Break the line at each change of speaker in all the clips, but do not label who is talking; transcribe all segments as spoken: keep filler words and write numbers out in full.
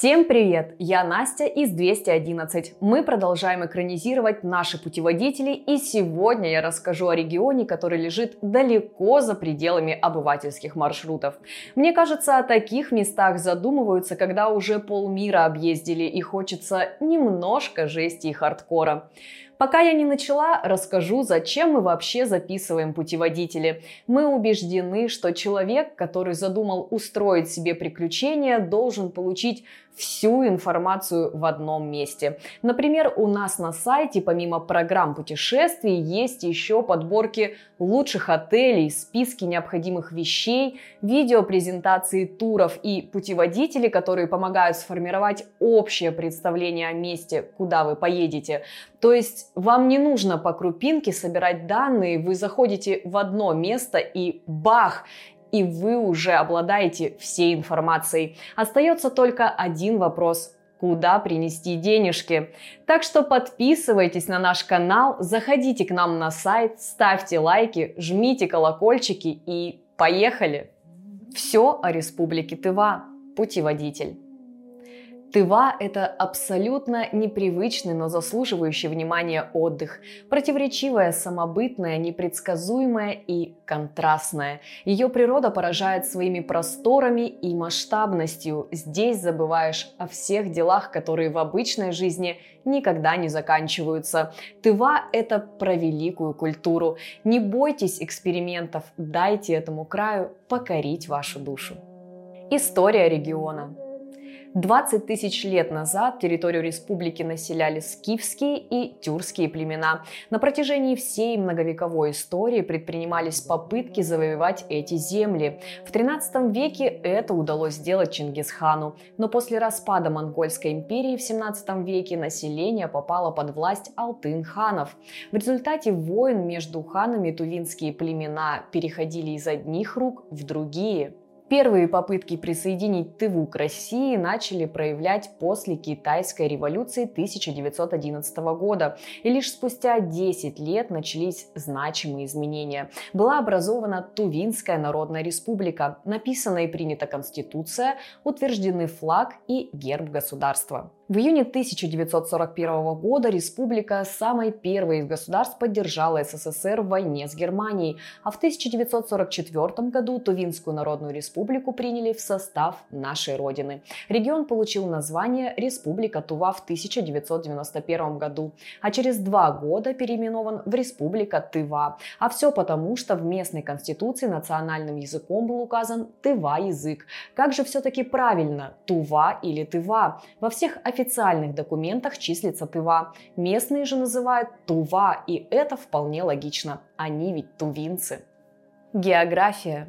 Всем привет! Я Настя из двести одиннадцать. Мы продолжаем экранизировать наши путеводители, и сегодня я расскажу о регионе, который лежит далеко за пределами обывательских маршрутов. Мне кажется, о таких местах задумываются, когда уже полмира объездили и хочется немножко жести и хардкора. Пока я не начала, расскажу, зачем мы вообще записываем путеводители. Мы убеждены, что человек, который задумал устроить себе приключения, должен получить всю информацию в одном месте. Например, у нас на сайте помимо программ путешествий есть еще подборки лучших отелей, списки необходимых вещей, видеопрезентации туров и путеводители, которые помогают сформировать общее представление о месте, куда вы поедете. То есть вам не нужно по крупинке собирать данные, вы заходите в одно место и бах! И вы уже обладаете всей информацией. Остается только один вопрос. Куда принести денежки? Так что подписывайтесь на наш канал, заходите к нам на сайт, ставьте лайки, жмите колокольчики и поехали! Все о Республике Тыва. Путеводитель. Тыва – это абсолютно непривычный, но заслуживающий внимания отдых. Противоречивая, самобытная, непредсказуемая и контрастная. Ее природа поражает своими просторами и масштабностью. Здесь забываешь о всех делах, которые в обычной жизни никогда не заканчиваются. Тыва – это про великую культуру. Не бойтесь экспериментов, дайте этому краю покорить вашу душу. История региона. двадцать тысяч лет назад территорию республики населяли скифские и тюркские племена. На протяжении всей многовековой истории предпринимались попытки завоевать эти земли. В тринадцатом веке это удалось сделать Чингисхану, но после распада Монгольской империи в семнадцатом веке население попало под власть алтын-ханов. В результате войн между ханами тувинские племена переходили из одних рук в другие. Первые попытки присоединить Тыву к России начали проявлять после Китайской революции тысяча девятьсот одиннадцатого года, и лишь спустя десять лет начались значимые изменения. Была образована Тувинская Народная Республика, написана и принята Конституция, утверждены флаг и герб государства. В июне тысяча девятьсот сорок первого года республика самой первой из государств поддержала СССР в войне с Германией, а в тысяча девятьсот сорок четвёртом году Тувинскую Народную Республику приняли в состав нашей Родины. Регион получил название Республика Тува в тысяча девятьсот девяносто первом году, а через два года переименован в Республика Тыва. А все потому, что в местной конституции национальным языком был указан тыва-язык. Как же все-таки правильно, Тува или Тыва? Во всех официальных документах числится Тыва. Местные же называют Тува, и это вполне логично. Они ведь тувинцы. География.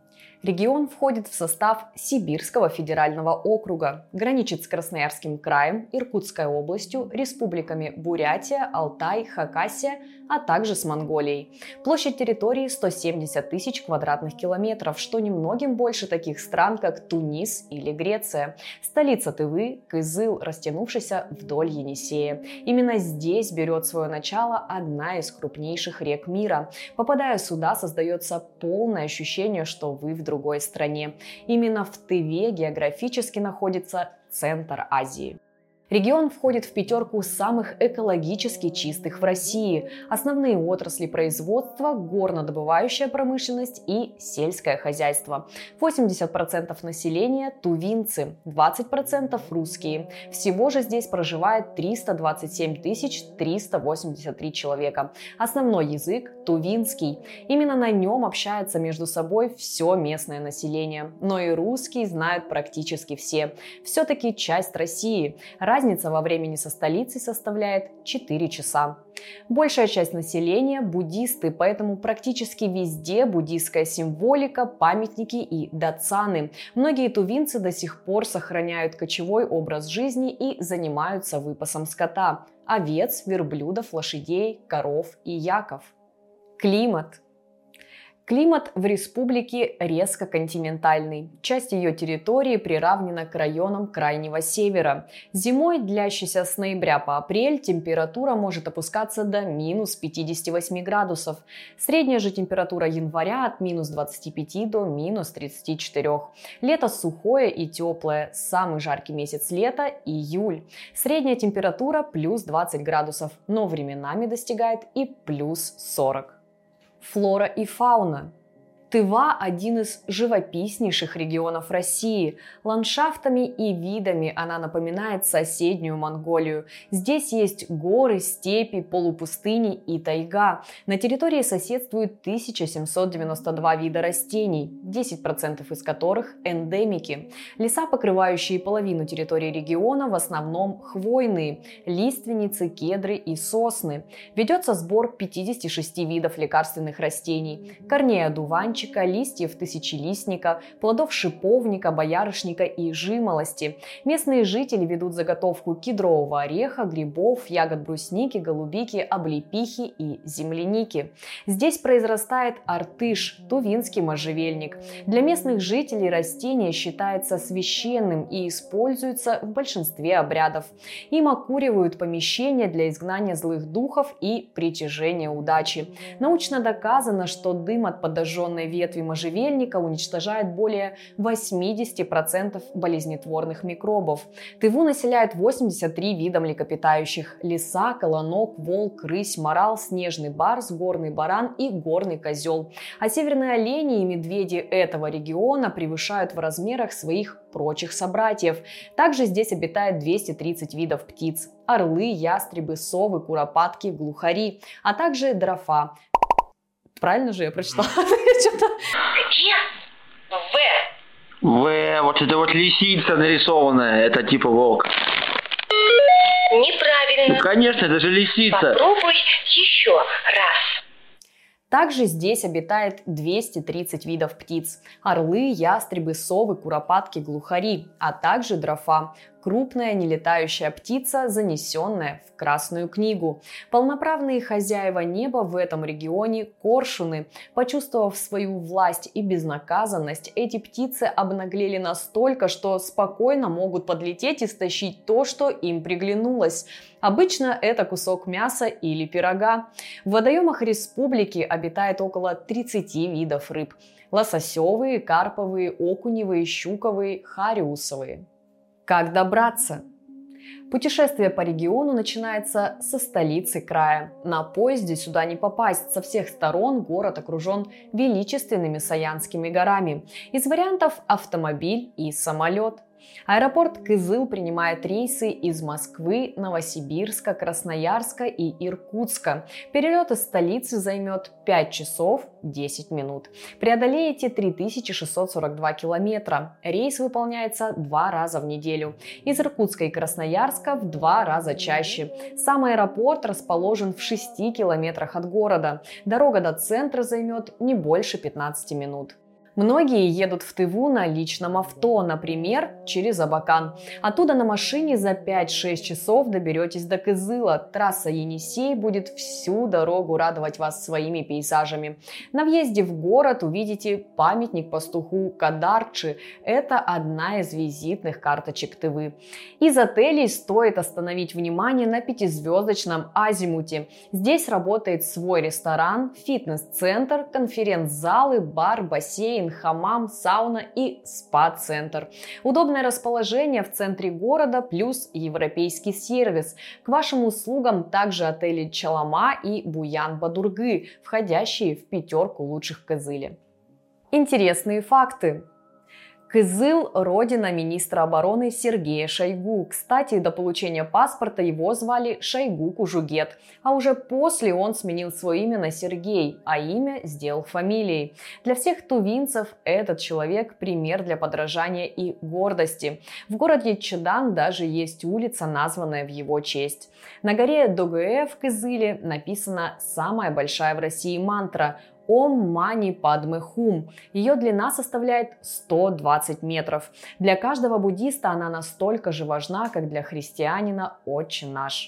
Регион входит в состав Сибирского федерального округа, граничит с Красноярским краем, Иркутской областью, республиками Бурятия, Алтай, Хакасия, а также с Монголией. Площадь территории сто семьдесят тысяч квадратных километров, что немногим больше таких стран, как Тунис или Греция. Столица Тывы – Кызыл, растянувшийся вдоль Енисея. Именно здесь берет свое начало одна из крупнейших рек мира. Попадая сюда, создается полное ощущение, что вы в другой стране. Именно в Тыве географически находится центр Азии. Регион входит в пятерку самых экологически чистых в России. Основные отрасли производства – горнодобывающая промышленность и сельское хозяйство. восемьдесят процентов населения – тувинцы, двадцать процентов – русские. Всего же здесь проживает триста двадцать семь тысяч триста восемьдесят три человека. Основной язык – тувинский. Именно на нем общается между собой все местное население. Но и русский знают практически все. Все-таки часть России. Разница во времени со столицей составляет четыре часа. Большая часть населения – буддисты, поэтому практически везде буддистская символика, памятники и датсаны. Многие тувинцы до сих пор сохраняют кочевой образ жизни и занимаются выпасом скота – овец, верблюдов, лошадей, коров и яков. Климат. Климат в республике резко континентальный. Часть ее территории приравнена к районам Крайнего Севера. Зимой, длящейся с ноября по апрель, температура может опускаться до минус пятидесяти восьми градусов. Средняя же температура января от минус двадцати пяти до минус тридцати четырёх. Лето сухое и теплое. Самый жаркий месяц лета – июль. Средняя температура плюс двадцать градусов, но временами достигает и плюс сорок. Флора и фауна. Тыва – один из живописнейших регионов России. Ландшафтами и видами она напоминает соседнюю Монголию. Здесь есть горы, степи, полупустыни и тайга. На территории соседствует тысяча семьсот девяносто два вида растений, десять процентов из которых эндемики. Леса, покрывающие половину территории региона, в основном хвойные – лиственницы, кедры и сосны. Ведется сбор пятидесяти шести видов лекарственных растений, корней одуванчика, листьев тысячелистника, плодов шиповника, боярышника и жимолости. Местные жители ведут заготовку кедрового ореха, грибов, ягод брусники, голубики, облепихи и земляники. Здесь произрастает артыш, тувинский можжевельник. Для местных жителей растение считается священным и используется в большинстве обрядов. Им окуривают помещения для изгнания злых духов и притяжения удачи. Научно доказано, что дым от подожженной ветви можжевельника уничтожает более восьмидесяти процентов болезнетворных микробов. Тыву населяет восемьдесят три вида млекопитающих: лиса, колонок, волк, рысь, морал, снежный барс, горный баран и горный козел. А северные олени и медведи этого региона превышают в размерах своих прочих собратьев. Также здесь обитает двести тридцать видов птиц: орлы, ястребы, совы, куропатки, глухари, а также дрофа. Правильно же я прочитала?
Где? В.
В, вот это вот лисица нарисованная, это типа волк.
Неправильно.
Ну, конечно, это же лисица.
Попробуй еще раз.
Также здесь обитает двести тридцать видов птиц: орлы, ястребы, совы, куропатки, глухари, а также дрофа. Крупная нелетающая птица, занесенная в Красную книгу. Полноправные хозяева неба в этом регионе – коршуны. Почувствовав свою власть и безнаказанность, эти птицы обнаглели настолько, что спокойно могут подлететь и стащить то, что им приглянулось. Обычно это кусок мяса или пирога. В водоемах республики обитает около тридцати видов рыб: лососевые, карповые, окуневые, щуковые, хариусовые. Как добраться? Путешествие по региону начинается со столицы края. На поезде сюда не попасть. Со всех сторон город окружен величественными Саянскими горами. Из вариантов автомобиль и самолет. Аэропорт Кызыл принимает рейсы из Москвы, Новосибирска, Красноярска и Иркутска. Перелет из столицы займет пять часов десять минут. Преодолеете три тысячи шестьсот сорок два километра. Рейс выполняется два раза в неделю. Из Иркутска и Красноярска в два раза чаще. Сам аэропорт расположен в шести километрах от города. Дорога до центра займет не больше пятнадцати минут. Многие едут в Тыву на личном авто, например, через Абакан. Оттуда на машине за пять-шесть часов доберетесь до Кызыла. Трасса Енисей будет всю дорогу радовать вас своими пейзажами. На въезде в город увидите памятник пастуху Кадарчи. Это одна из визитных карточек Тывы. Из отелей стоит остановить внимание на пятизвездочном Азимуте. Здесь работает свой ресторан, фитнес-центр, конференц-залы, бар, бассейн, хамам, сауна и спа-центр. Удобное расположение в центре города плюс европейский сервис. К вашим услугам также отели Чалама и Буян-Бадургы, входящие в пятерку лучших в Кызыле. Интересные факты. Кызыл – родина министра обороны Сергея Шойгу. Кстати, до получения паспорта его звали Шойгу Кужугет, а уже после он сменил свое имя на Сергей, а имя сделал фамилией. Для всех тувинцев этот человек – пример для подражания и гордости. В городе Чедан даже есть улица, названная в его честь. На горе Догуэ в Кызыле написана самая большая в России мантра – Ом Мани Падме Хум. Ее длина составляет сто двадцать метров. Для каждого буддиста она настолько же важна, как для христианина Отче наш.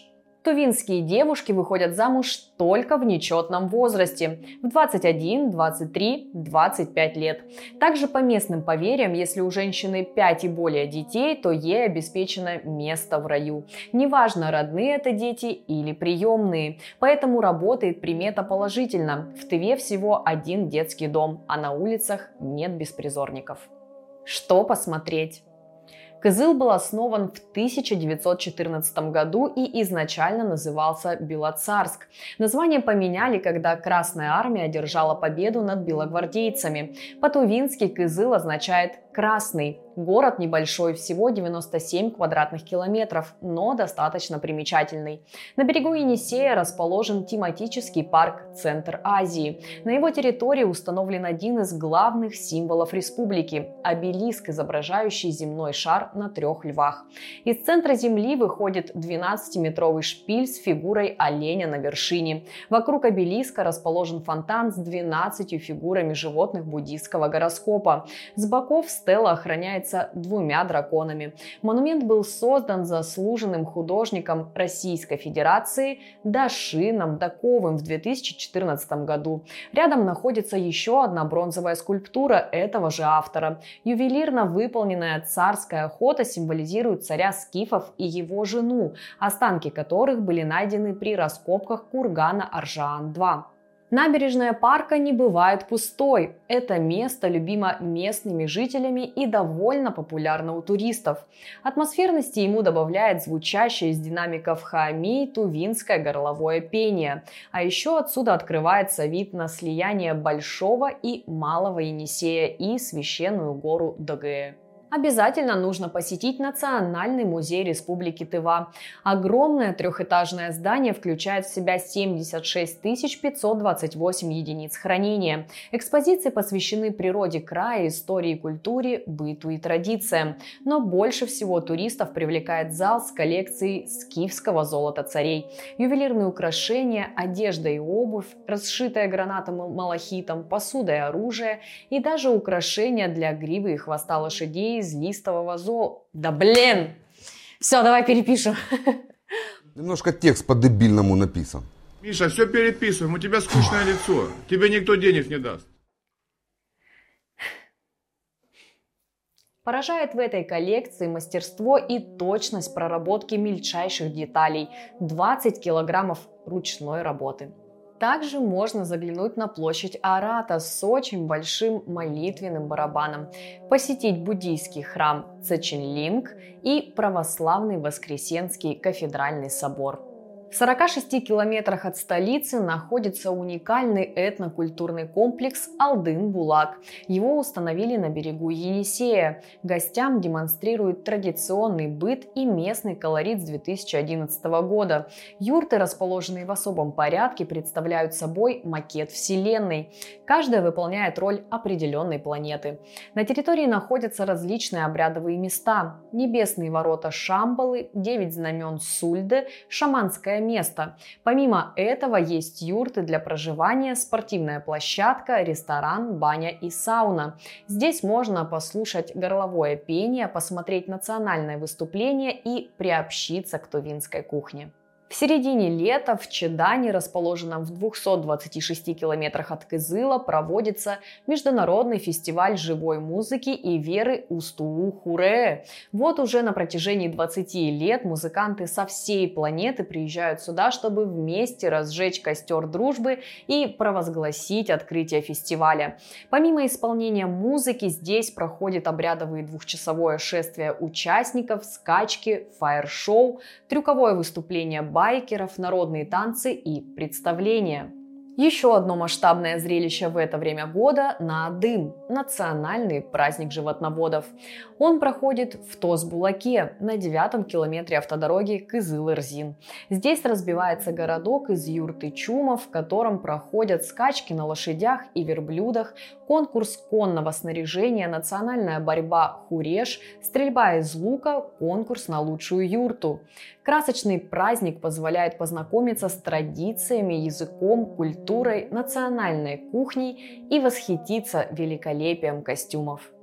Тувинские девушки выходят замуж только в нечетном возрасте – в двадцать один, двадцать три, двадцать пять лет. Также по местным поверьям, если у женщины пять и более детей, то ей обеспечено место в раю. Неважно, родные это дети или приемные. Поэтому работает примета положительно. В Тыве всего один детский дом, а на улицах нет беспризорников. Что посмотреть? Кызыл был основан в тысяча девятьсот четырнадцатом году и изначально назывался Белоцарск. Название поменяли, когда Красная Армия одержала победу над белогвардейцами. По-тувински Кызыл означает «красный». Город небольшой, всего девяносто семь квадратных километров, но достаточно примечательный. На берегу Енисея расположен тематический парк «Центр Азии». На его территории установлен один из главных символов республики – обелиск, изображающий земной шар на трех львах. Из центра земли выходит двенадцатиметровый шпиль с фигурой оленя на вершине. Вокруг обелиска расположен фонтан с двенадцатью фигурами животных буддийского гороскопа. С боков стела охраняется двумя драконами. Монумент был создан заслуженным художником Российской Федерации Дашином Даковым в две тысячи четырнадцатом году. Рядом находится еще одна бронзовая скульптура этого же автора. Ювелирно выполненная царская охота символизирует царя скифов и его жену, останки которых были найдены при раскопках кургана Аржаан-два. Набережная парка не бывает пустой. Это место любимо местными жителями и довольно популярно у туристов. Атмосферности ему добавляет звучащее из динамиков хаамей тувинское горловое пение. А еще отсюда открывается вид на слияние Большого и Малого Енисея и священную гору Дагые. Обязательно нужно посетить Национальный музей Республики Тыва. Огромное трехэтажное здание включает в себя семьдесят шесть тысяч пятьсот двадцать восемь единиц хранения. Экспозиции посвящены природе края, истории, культуре, быту и традициям. Но больше всего туристов привлекает зал с коллекцией скифского золота царей. Ювелирные украшения, одежда и обувь, расшитая гранатом и малахитом, посуда и оружие, и даже украшения для гривы и хвоста лошадей из листового золота. Да блин! Все, давай перепишем.
Немножко текст по-дебильному написан.
Миша, все переписываем, у тебя скучное лицо. Тебе никто денег не даст.
Поражает в этой коллекции мастерство и точность проработки мельчайших деталей. двадцать килограммов ручной работы. Также можно заглянуть на площадь Арата с очень большим молитвенным барабаном, посетить буддийский храм Цеченлинг и православный Воскресенский кафедральный собор. В сорока шести километрах от столицы находится уникальный этнокультурный комплекс Алдын-Булак. Его установили на берегу Енисея. Гостям демонстрируют традиционный быт и местный колорит с две тысячи одиннадцатого года. Юрты, расположенные в особом порядке, представляют собой макет Вселенной. Каждая выполняет роль определенной планеты. На территории находятся различные обрядовые места. Небесные ворота Шамбалы, девять знамен Сульды, шаманская место. Помимо этого есть юрты для проживания, спортивная площадка, ресторан, баня и сауна. Здесь можно послушать горловое пение, посмотреть национальное выступление и приобщиться к тувинской кухне. В середине лета в Чедане, расположенном в двухстах двадцати шести километрах от Кызыла, проводится международный фестиваль живой музыки и веры Устуу-Хуре. Вот уже на протяжении двадцати лет музыканты со всей планеты приезжают сюда, чтобы вместе разжечь костер дружбы и провозгласить открытие фестиваля. Помимо исполнения музыки, здесь проходит обрядовое двухчасовое шествие участников, скачки, фаер-шоу, трюковое выступление байкеров, народные танцы и представления. Еще одно масштабное зрелище в это время года – Наадым – национальный праздник животноводов. Он проходит в Тозбулаке на девятом километре автодороги Кызыл-Эрзин. Здесь разбивается городок из юрты Чума, в котором проходят скачки на лошадях и верблюдах, конкурс конного снаряжения, национальная борьба Хуреш, стрельба из лука, конкурс на лучшую юрту. Красочный праздник позволяет познакомиться с традициями, языком, культурой, национальной кухней и восхититься великолепием костюмов.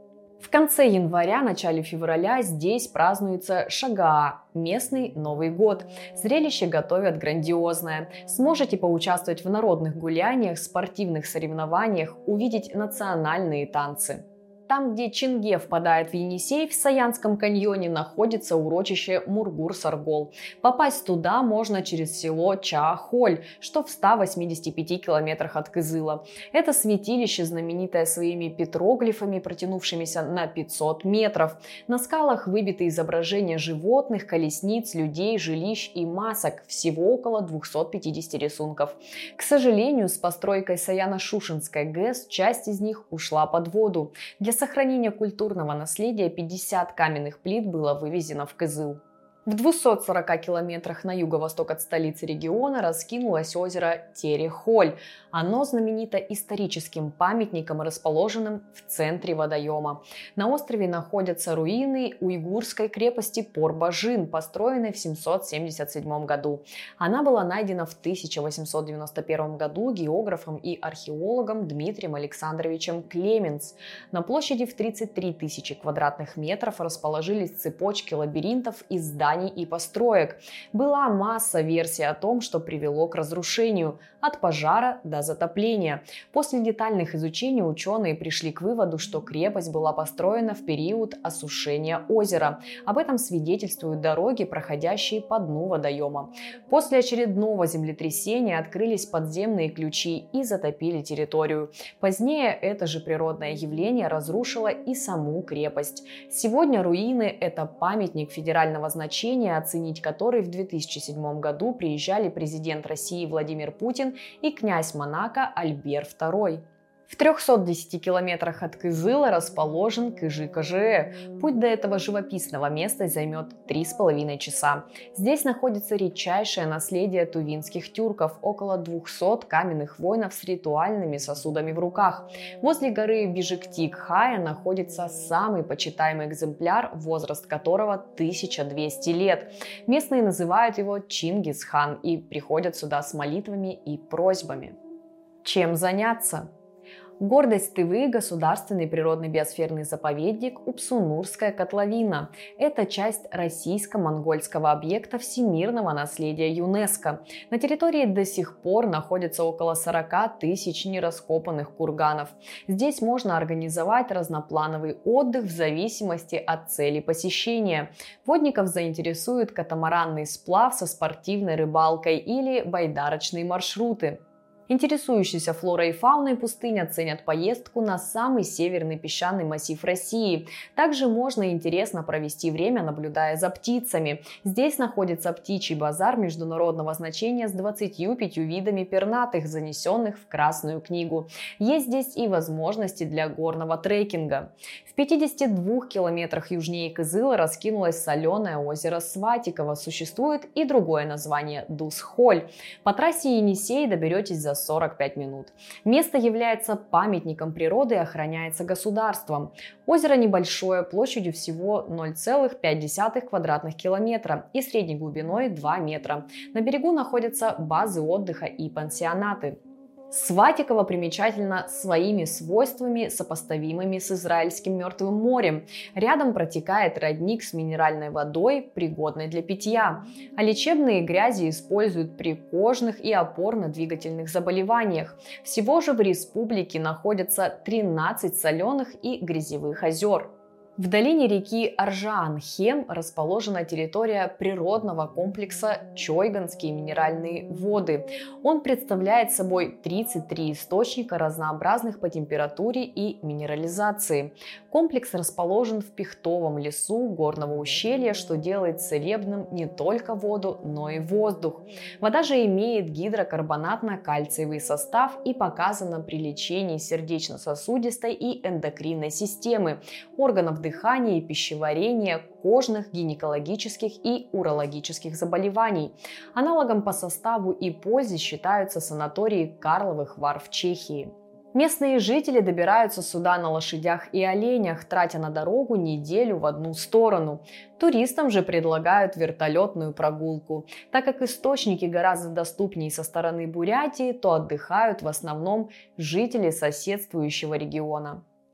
В конце января, начале февраля здесь празднуется Шагаа – местный Новый год. Зрелище готовят грандиозное. Сможете поучаствовать в народных гуляниях, спортивных соревнованиях, увидеть национальные танцы. Там, где Чинге впадает в Енисей, в Саянском каньоне находится урочище Мургур-Саргол. Попасть туда можно через село Чаахоль, что в ста восьмидесяти пяти километрах от Кызыла. Это святилище, знаменитое своими петроглифами, протянувшимися на пятьсот метров. На скалах выбиты изображения животных, колесниц, людей, жилищ и масок. Всего около двухсот пятидесяти рисунков. К сожалению, с постройкой Саяно-Шушенской ГЭС часть из них ушла под воду. Для сохранения культурного наследия пятьдесят каменных плит было вывезено в Кызыл. В двухстах сорока километрах на юго-восток от столицы региона раскинулось озеро Терехоль. Оно знаменито историческим памятником, расположенным в центре водоема. На острове находятся руины уйгурской крепости Порбажин, построенной в семьсот семьдесят седьмом году. Она была найдена в тысяча восемьсот девяносто первом году географом и археологом Дмитрием Александровичем Клеменс. На площади в тридцать три тысячи квадратных метров расположились цепочки лабиринтов из зданий и построек. Была масса версий о том, что привело к разрушению, от пожара до затопления. После детальных изучений ученые пришли к выводу, что крепость была построена в период осушения озера. Об этом свидетельствуют дороги, проходящие по дну водоема. После очередного землетрясения открылись подземные ключи и затопили территорию. Позднее это же природное явление разрушило и саму крепость. Сегодня руины – это памятник федерального значения, оценить который в две тысячи седьмом году приезжали президент России Владимир Путин и князь Монако Альбер второй. В трёхстах десяти километрах от Кызыла расположен Кыжы-Кожее. Путь до этого живописного места займет три с половиной часа. Здесь находится редчайшее наследие тувинских тюрков, около двухсот каменных воинов с ритуальными сосудами в руках. Возле горы Бижиктик-Хая находится самый почитаемый экземпляр, возраст которого тысяча двести лет. Местные называют его Чингисхан и приходят сюда с молитвами и просьбами. Чем заняться? Гордость Тывы – государственный природный биосферный заповедник Упсунурская котловина. Это часть российско-монгольского объекта всемирного наследия ЮНЕСКО. На территории до сих пор находится около сорока тысяч нераскопанных курганов. Здесь можно организовать разноплановый отдых в зависимости от цели посещения. Водников заинтересует катамаранный сплав со спортивной рыбалкой или байдарочные маршруты. Интересующиеся флорой и фауной пустынь оценят поездку на самый северный песчаный массив России. Также можно интересно провести время, наблюдая за птицами. Здесь находится птичий базар международного значения с двадцатью пятью видами пернатых, занесенных в Красную книгу. Есть здесь и возможности для горного трекинга. В пятидесяти двух километрах южнее Кызыла раскинулось соленое озеро Сватиково. Существует и другое название – Дусхоль. По трассе Енисей доберетесь за сорок пять минут. Место является памятником природы и охраняется государством. Озеро небольшое, площадью всего ноль целых пять десятых квадратных километра и средней глубиной два метра. На берегу находятся базы отдыха и пансионаты. Сватиково примечательно своими свойствами, сопоставимыми с Израильским Мертвым морем. Рядом протекает родник с минеральной водой, пригодной для питья. А лечебные грязи используют при кожных и опорно-двигательных заболеваниях. Всего же в республике находятся тринадцать соленых и грязевых озер. В долине реки Аржаан-Хем расположена территория природного комплекса Чойганские минеральные воды. Он представляет собой тридцать три источника, разнообразных по температуре и минерализации. Комплекс расположен в пихтовом лесу горного ущелья, что делает целебным не только воду, но и воздух. Вода же имеет гидрокарбонатно-кальциевый состав и показана при лечении сердечно-сосудистой и эндокринной системы, органов дыхания и пищеварения, кожных, гинекологических и урологических заболеваний. Аналогом по составу и пользе считаются санатории Карловых Вар в Чехии. Местные жители добираются сюда на лошадях и оленях, тратя на дорогу неделю в одну сторону. Туристам же предлагают вертолетную прогулку. Так как источники гораздо доступнее со стороны Бурятии, то отдыхают в основном жители соседствующего региона.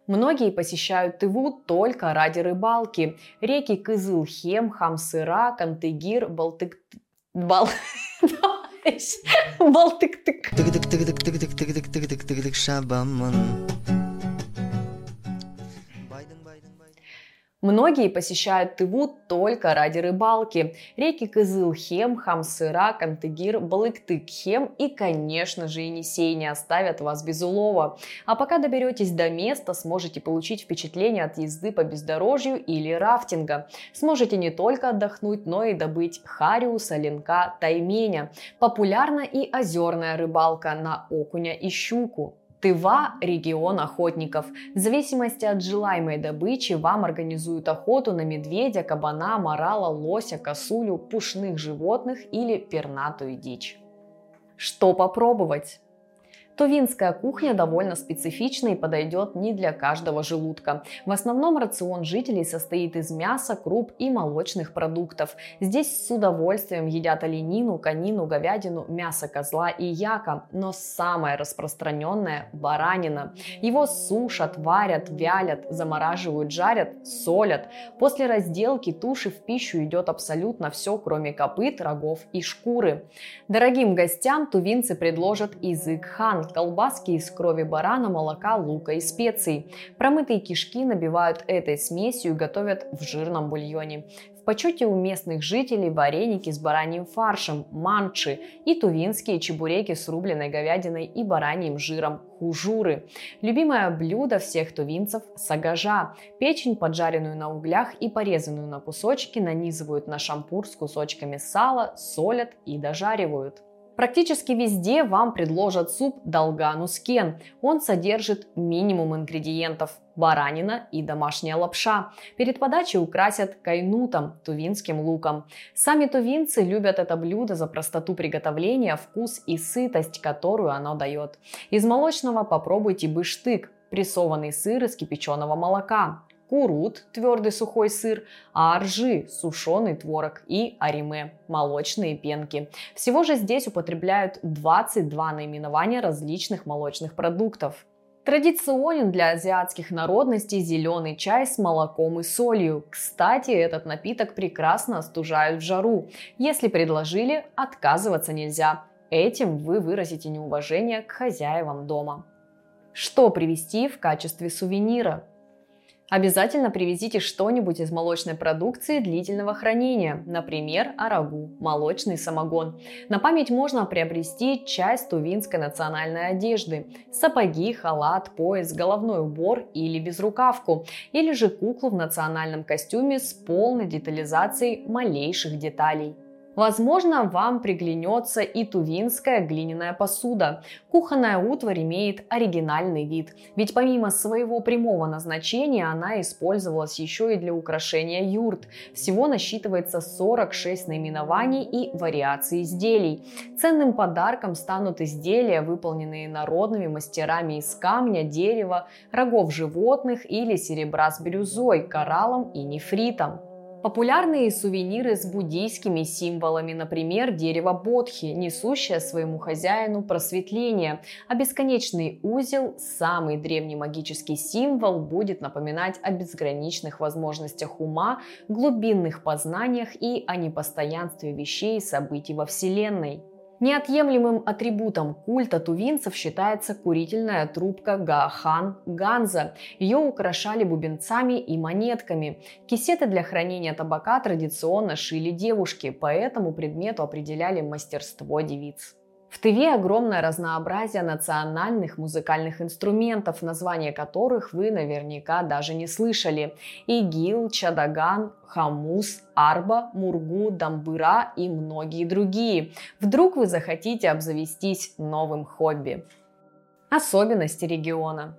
Многие посещают Тыву только ради рыбалки. Реки Кызыл-Хем, Хамсыра, Кантыгир, Балтык... Бал... Балтык-тык. Многие посещают Тыву только ради рыбалки. Реки Кызыл-Хем, Хамсыра, Кантыгир, Балыктык-Хем и, конечно же, Енисей не оставят вас без улова. А пока доберетесь до места, сможете получить впечатление от езды по бездорожью или рафтинга. Сможете не только отдохнуть, но и добыть харю, соленка, тайменя. Популярна и озерная рыбалка на окуня и щуку. Тыва – регион охотников. В зависимости от желаемой добычи вам организуют охоту на медведя, кабана, морала, лося, косулю, пушных животных или пернатую дичь. Что попробовать? Тувинская кухня довольно специфична и подойдет не для каждого желудка. В основном рацион жителей состоит из мяса, круп и молочных продуктов. Здесь с удовольствием едят оленину, конину, говядину, мясо козла и яка, но самое распространенное – баранина. Его сушат, варят, вялят, замораживают, жарят, солят. После разделки туши в пищу идет абсолютно все, кроме копыт, рогов и шкуры. Дорогим гостям тувинцы предложат изык-хан – колбаски из крови барана, молока, лука и специй. Промытые кишки набивают этой смесью и готовят в жирном бульоне. В почете у местных жителей вареники с бараньим фаршем, манчи и тувинские чебуреки с рубленой говядиной и бараньим жиром, хужуры. Любимое блюдо всех тувинцев – сагажа. Печень, поджаренную на углях и порезанную на кусочки, нанизывают на шампур с кусочками сала, солят и дожаривают. Практически везде вам предложат суп долганускен. Он содержит минимум ингредиентов – баранина и домашняя лапша. Перед подачей украсят кайнутом, тувинским луком. Сами тувинцы любят это блюдо за простоту приготовления, вкус и сытость, которую оно дает. Из молочного попробуйте быштык – прессованный сыр из кипяченого молока. Курут – твердый сухой сыр, ааржи – сушеный творог и ариме – молочные пенки. Всего же здесь употребляют двадцать два наименования различных молочных продуктов. Традиционен для азиатских народностей зеленый чай с молоком и солью. Кстати, этот напиток прекрасно остужают в жару. Если предложили, отказываться нельзя. Этим вы выразите неуважение к хозяевам дома. Что привезти в качестве сувенира? Обязательно привезите что-нибудь из молочной продукции длительного хранения, например, арагу, молочный самогон. На память можно приобрести часть тувинской национальной одежды – сапоги, халат, пояс, головной убор или безрукавку, или же куклу в национальном костюме с полной детализацией малейших деталей. Возможно, вам приглянется и тувинская глиняная посуда. Кухонная утварь имеет оригинальный вид, ведь помимо своего прямого назначения она использовалась еще и для украшения юрт. Всего насчитывается сорок шесть наименований и вариаций изделий. Ценным подарком станут изделия, выполненные народными мастерами из камня, дерева, рогов животных или серебра с бирюзой, кораллом и нефритом. Популярные сувениры с буддийскими символами, например, дерево бодхи, несущее своему хозяину просветление, а бесконечный узел, самый древний магический символ, будет напоминать о безграничных возможностях ума, глубинных познаниях и о непостоянстве вещей и событий во Вселенной. Неотъемлемым атрибутом культа тувинцев считается курительная трубка гахан ганза. Ее украшали бубенцами и монетками. Кисеты для хранения табака традиционно шили девушки, по этому предмету определяли мастерство девиц. В Тыве огромное разнообразие национальных музыкальных инструментов, названия которых вы наверняка даже не слышали. Игил, чадаган, хамус, арба, мургу, дамбыра и многие другие. Вдруг вы захотите обзавестись новым хобби. Особенности региона.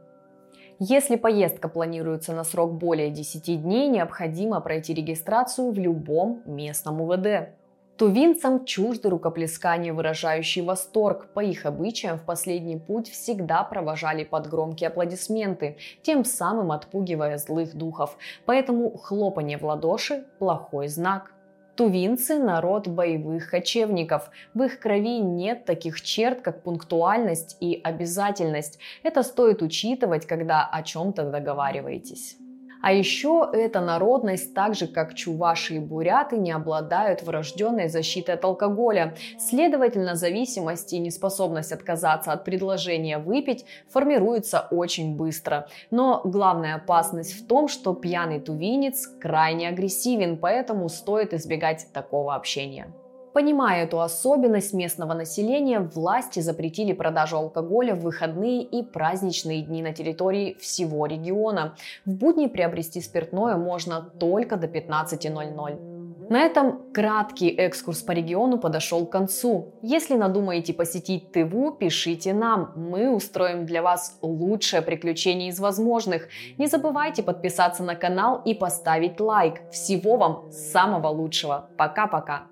Если поездка планируется на срок более десяти дней, необходимо пройти регистрацию в любом местном У В Д. Тувинцам чужды рукоплескания, выражающие восторг. По их обычаям в последний путь всегда провожали под громкие аплодисменты, тем самым отпугивая злых духов. Поэтому хлопанье в ладоши – плохой знак. Тувинцы – народ боевых кочевников. В их крови нет таких черт, как пунктуальность и обязательность. Это стоит учитывать, когда о чем-то договариваетесь. А еще эта народность, так же как чуваши и буряты, не обладают врожденной защитой от алкоголя. Следовательно, зависимость и неспособность отказаться от предложения выпить формируется очень быстро. Но главная опасность в том, что пьяный тувинец крайне агрессивен, поэтому стоит избегать такого общения. Понимая эту особенность местного населения, власти запретили продажу алкоголя в выходные и праздничные дни на территории всего региона. В будни приобрести спиртное можно только до пятнадцати ноль-ноль. На этом краткий экскурс по региону подошел к концу. Если надумаете посетить Тыву, пишите нам. Мы устроим для вас лучшее приключение из возможных. Не забывайте подписаться на канал и поставить лайк. Всего вам самого лучшего. Пока-пока.